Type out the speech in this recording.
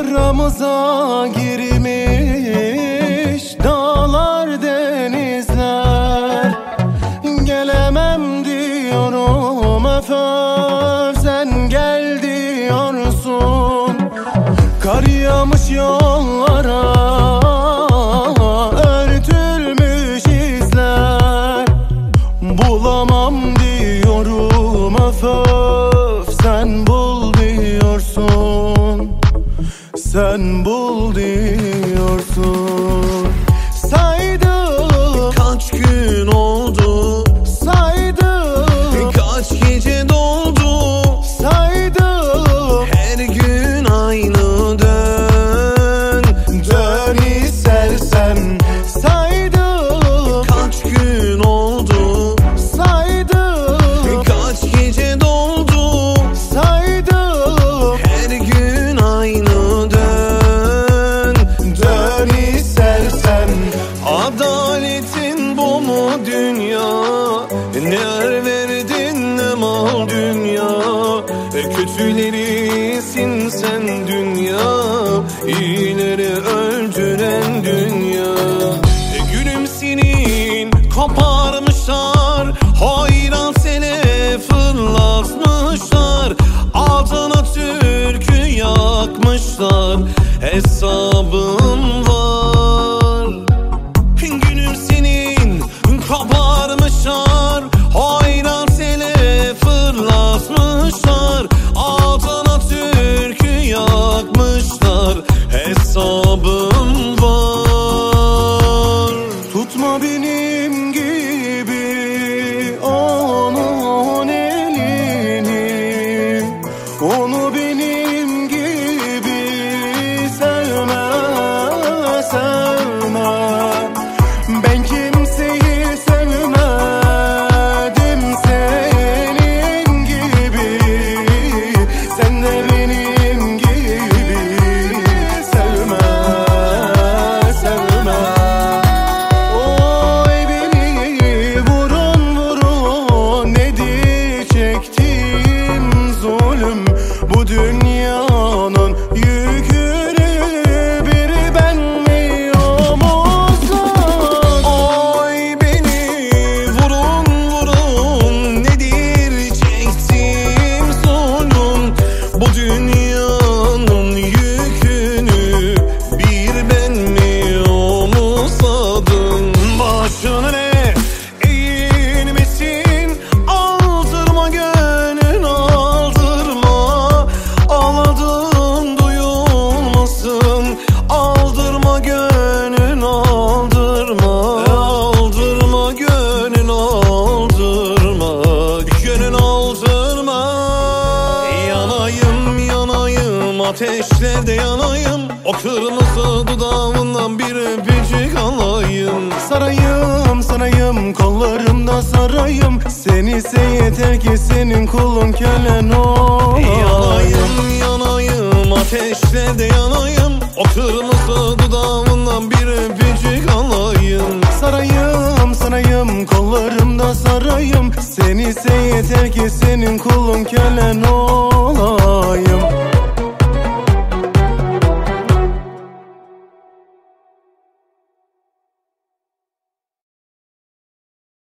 Aramıza girmiş dağlar denizler. Gelemem diyorum öf öf, sen gel diyorsun. Kar yağmış yollara, örtülmüş izler. Bulamam diyorum öf öf, sen bul diyorsun. Sen bul diyorsun. Saydım kaç gün oldu, saydım kaç gece doldu, saydım. her gün aynı dön. Dön istersen. Saydım Kaç gün oldu, saydım kaç gece doldu, saydım. her gün aynı dön. Dön istersen. Adaletin bu mu dünya? Ne er verdin ne mal dünya. Kötülerisin sen dünya, iyileri öldüren dünya. Gülüm senin koparmışlar, hayran seni fırlatmışlar. Altına türkü yakmışlar, hesabım var. Gülüm senin koparmışlar, hayran seni fırlatmışlar. Altına türkü yakmışlar, hesabım var. Tutma benim gibi onun elini, onu benim gibi sevme, sevme. Ben kimseyi sevmedim senin gibi. Sen de benim gibi sevme, sevme. Oy beni vurun vurun, nedir çektiğim zulüm. Bu dünyanın yükünü bir ben mi omuzladım? Oy beni vurun vurun, nedir çektiğim zulüm. Bu dünyanın yükünü bir ben mi omuzladım. Başını eğilmesin, aldırma gönül aldırma. Ağladığın duyulmasın, aldırma gönül aldırma. Aldırma gönül aldırma, gönül aldırma. Yanayım yanayım, ateşlerde yanayım. O kırmızı dudağından bir öpücük alayım. Sarayım sarayım, kollarımda sarayım. Seni ise yeter ki senin kulun kölen olayım. Yanayım yanayım, ateşlerde yanayım. O kırmızı dudağından bir öpücük alayım. Sarayım sarayım, kollarımda sarayım. Seni ise yeter ki senin kulun kölen olayım.